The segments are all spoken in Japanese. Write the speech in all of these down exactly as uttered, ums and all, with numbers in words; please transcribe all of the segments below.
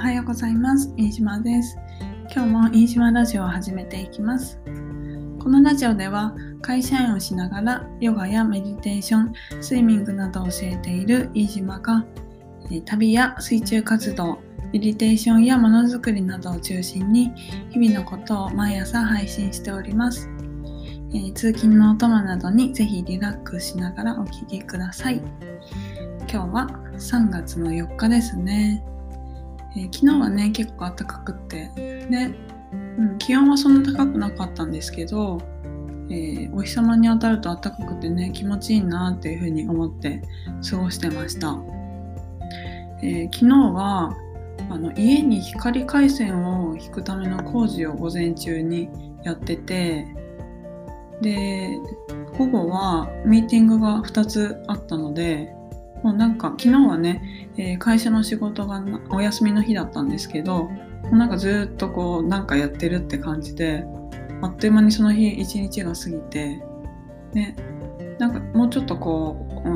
はようございます。飯島です。今日も飯島ラジオを始めていきます。このラジオでは会社員をしながらヨガやメディテーション、スイミングなどを教えている飯島が旅や水中活動、メディテーションやものづくりなどを中心に日々のことを毎朝配信しております。えー、通勤のお供などにぜひリラックスしながらお聞きください。今日はさんがつのよっかですね。えー、昨日はね結構暖かくってで、うん、気温はそんな高くなかったんですけど、えー、お日様に当たると暖かくてね気持ちいいなっていうふうに思って過ごしてました。えー、昨日はあの家に光回線を引くための工事を午前中にやってて、で午後はミーティングがふたつあったので、もうなんか昨日はね、えー、会社の仕事がお休みの日だったんですけど、もうなんかずっとこうなんかやってるって感じで、あっという間にその日一日が過ぎて、ね、なんかもうちょっとこう、うん、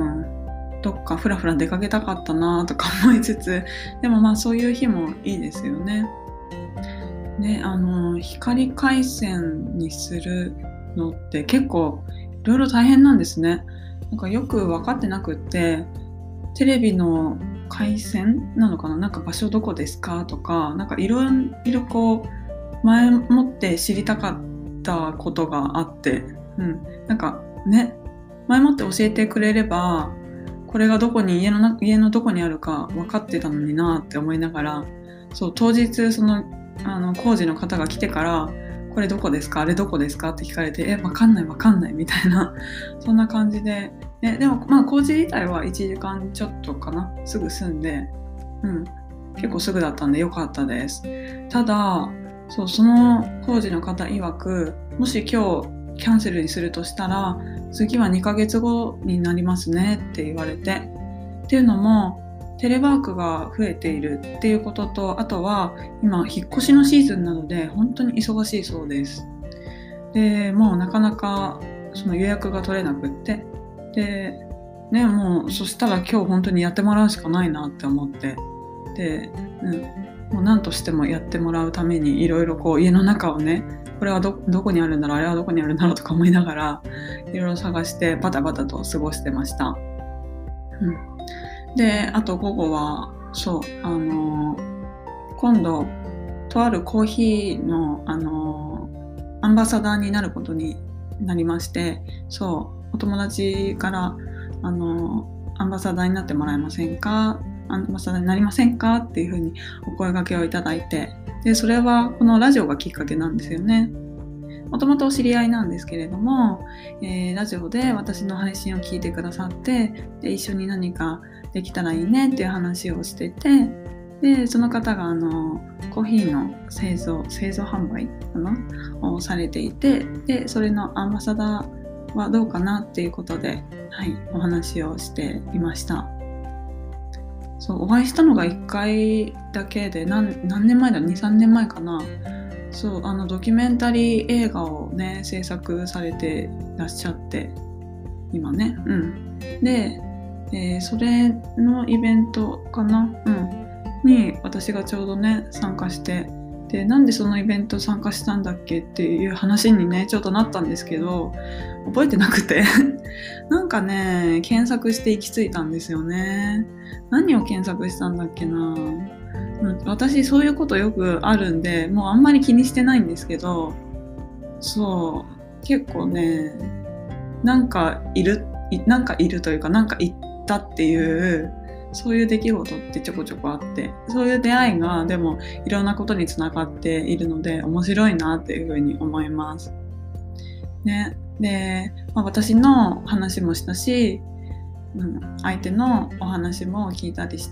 どっかふらふら出かけたかったなとか思いつつ、でもまあそういう日もいいですよね。ね、あの光回線にするのって結構いろいろ大変なんですね。なんかよく分かってなくって、テレビの回線なのかな、なんか場所どこですかとか、なんかいろいろこう前もって知りたかったことがあって、うん、なんかね前もって教えてくれればこれがどこに家のな家のどこにあるか分かってたのになって思いながら、そう当日そのあの工事の方が来てからこれどこですかあれどこですかって聞かれて、え分かんない分かんないみたいなそんな感じで、ね、でもまあ工事自体はいちじかんちょっとかな、すぐ済んで、うん、結構すぐだったんで良かったです。ただそうその工事の方曰く、もし今日キャンセルにするとしたら次はにかげつごになりますねって言われて、っていうのもテレワークが増えているっていうことと、あとは今引っ越しのシーズンなので本当に忙しいそうです。でもうなかなかその予約が取れなくって、でねもうそしたら今日本当にやってもらうしかないなって思って、で、うん、もう何としてもやってもらうためにいろいろこう家の中をね、これは ど, どこにあるんだろうあれはどこにあるんだろうとか思いながらいろいろ探してバタバタと過ごしてました。うんで、あと午後は、そう、あのー、今度、とあるコーヒーの、あのー、アンバサダーになることになりまして、そう、お友達から、あのー、アンバサダーになってもらえませんか、アンバサダーになりませんかっていうふうにお声掛けをいただいて、で、それはこのラジオがきっかけなんですよね。もともとお知り合いなんですけれども、えー、ラジオで私の配信を聞いてくださって、で一緒に何かできたらいいねっていう話をしてて、でその方があのコーヒーの製造製造販売かなをされていて、でそれのアンバサダーはどうかなっていうことで、はい、お話をしていました。そうお会いしたのがいっかいだけで、 何, 何年前だ にさんねんまえかな。そうあのドキュメンタリー映画をね制作されていらっしゃって今ね、うんで、えー、それのイベントかな、うんに私がちょうどね参加して、でなんでそのイベント参加したんだっけっていう話にねちょっとなったんですけど、覚えてなくてなんかね検索して行き着いたんですよね。何を検索したんだっけな。私そういうことよくあるんでもうあんまり気にしてないんですけど、そう結構ねなんかいるなんかいるというかなんか言ったっていうそういう出来事ってちょこちょこあって、そういう出会いがでもいろんなことにつながっているので面白いなっていうふうに思いますね。で、まあ、私の話もしたし、うん、相手のお話も聞いたりして、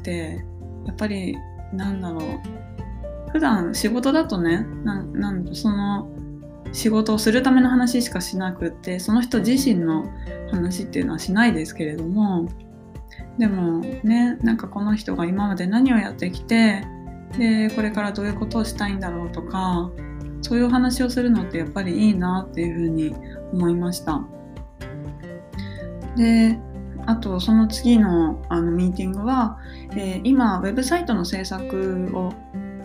やっぱりなんだろう、普段仕事だとね、ななんその仕事をするための話しかしなくって、その人自身の話っていうのはしないですけれども、でもね、なんかこの人が今まで何をやってきて、でこれからどういうことをしたいんだろうとか、そういう話をするのってやっぱりいいなっていうふうに思いました。であとその次のあのミーティングは、えー、今ウェブサイトの制作を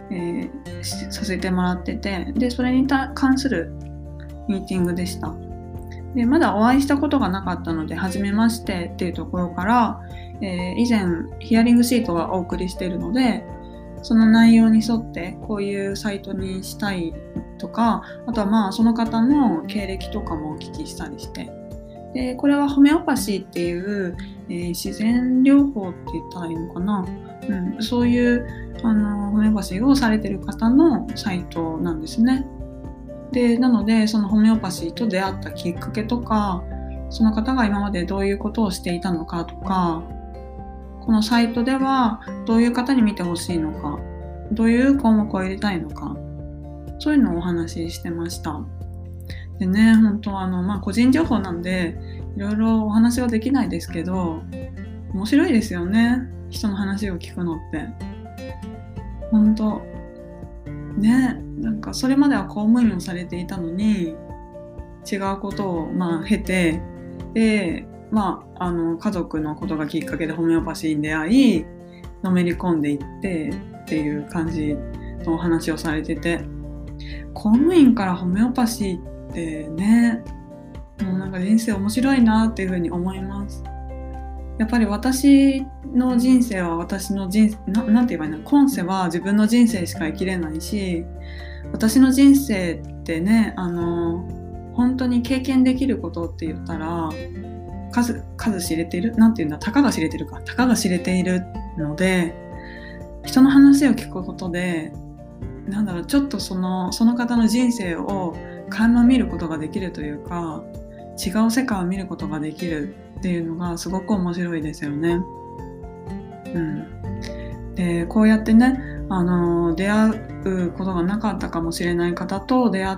えー、させてもらってて、でそれに関するミーティングでした。でまだお会いしたことがなかったので、初めましてっていうところから、えー、以前ヒアリングシートはお送りしているので、その内容に沿ってこういうサイトにしたいとか、あとはまあその方の経歴とかもお聞きしたりして、でこれはホメオパシーっていう、えー、自然療法って言ったらいいのかな、うん、そういうあのホメオパシーをされてる方のサイトなんですね。でなのでそのホメオパシーと出会ったきっかけとか、その方が今までどういうことをしていたのかとか、このサイトではどういう方に見てほしいのか、どういう項目を入れたいのか、そういうのをお話ししてました。でね、本当あの、まあ、個人情報なんでいろいろお話はできないですけど、面白いですよね、人の話を聞くのって。本当ね、なんかそれまでは公務員をされていたのに、違うことをまあ経て、で、まあ、あの家族のことがきっかけでホメオパシーに出会い、のめり込んでいってっていう感じのお話をされてて、公務員からホメオパシーってね、もうなんか人生面白いなっていうふうに思います。やっぱり私の人生は私の人生 な, なんて言えばいいの、今世は自分の人生しか生きれないし、私の人生ってね、あの本当に経験できることって言ったら数数知れている、なんていうんだ、たかが知れてるか、たかが知れているので、人の話を聞くことで、なんだろう、ちょっとそのその方の人生を垣間見ることができるというか、違う世界を見ることができるっていうのがすごく面白いですよね。うん、でこうやってね、あの出会うことがなかったかもしれない方と出会って、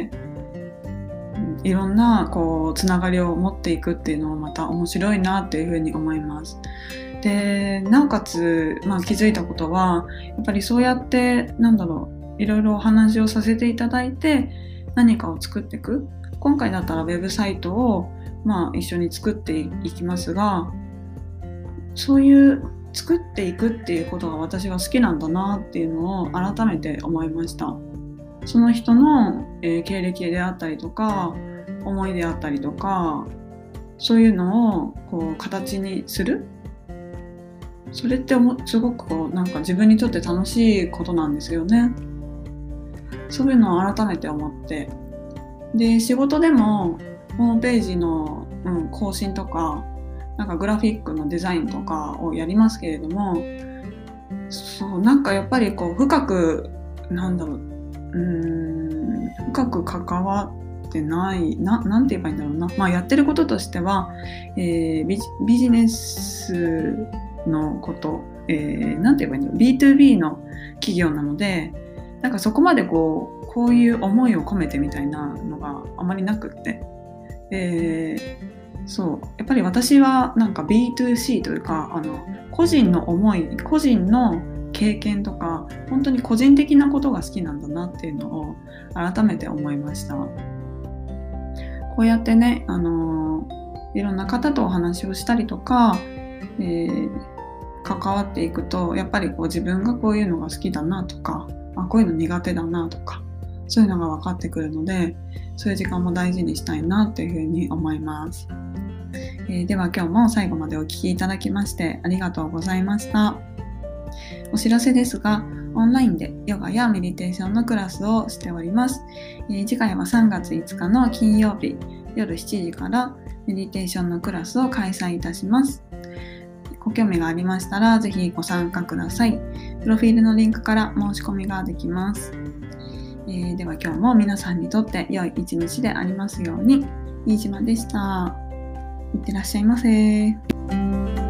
いろんなこうつながりを持っていくっていうのもまた面白いなっていうふうに思います。でなおかつ、まあ、気づいたことは、やっぱりそうやってなんだろう、いろいろお話をさせていただいて何かを作っていく。今回だったらウェブサイトを、まあ、一緒に作っていきますが、そういう作っていくっていうことが私は好きなんだなっていうのを改めて思いました。その人の、えー、経歴であったりとか、思いであったりとか、そういうのをこう形にする。それってすごくこうなんか自分にとって楽しいことなんですよね。そういうのを改めて思って、で仕事でもホームページの、うん、更新とか、なんかグラフィックのデザインとかをやりますけれども、そうなんかやっぱりこう深くなんだろう、うーん深く関わってないな、なんて言えばいいんだろうな、まあ、やってることとしては、えー、ビ, ビジネスのこと、えー、なんて言えばいいんだろう、 ビーツービー の企業なので、なんかそこまでこうこういう思いを込めてみたいなのがあまりなくって、えー、そうやっぱり私はなんか ビーツーシー というか、あの個人の思い、個人の経験とか、本当に個人的なことが好きなんだなっていうのを改めて思いました。こうやってね、あのいろんな方とお話をしたりとか、えー、関わっていくと、やっぱりこう自分がこういうのが好きだなとか、あ、こういうの苦手だなとか、そういうのが分かってくるので、そういう時間も大事にしたいなというふうに思います。えー、では今日も最後までお聞きいただきましてありがとうございました。お知らせですが、オンラインでヨガやメディテーションのクラスをしております。えー、次回はさんがついつかの金曜日夜しちじからメディテーションのクラスを開催いたします。ご興味がありましたらぜひご参加ください。プロフィールのリンクから申し込みができます。えー、では今日も皆さんにとって良い一日でありますように。飯島でした。いってらっしゃいませ。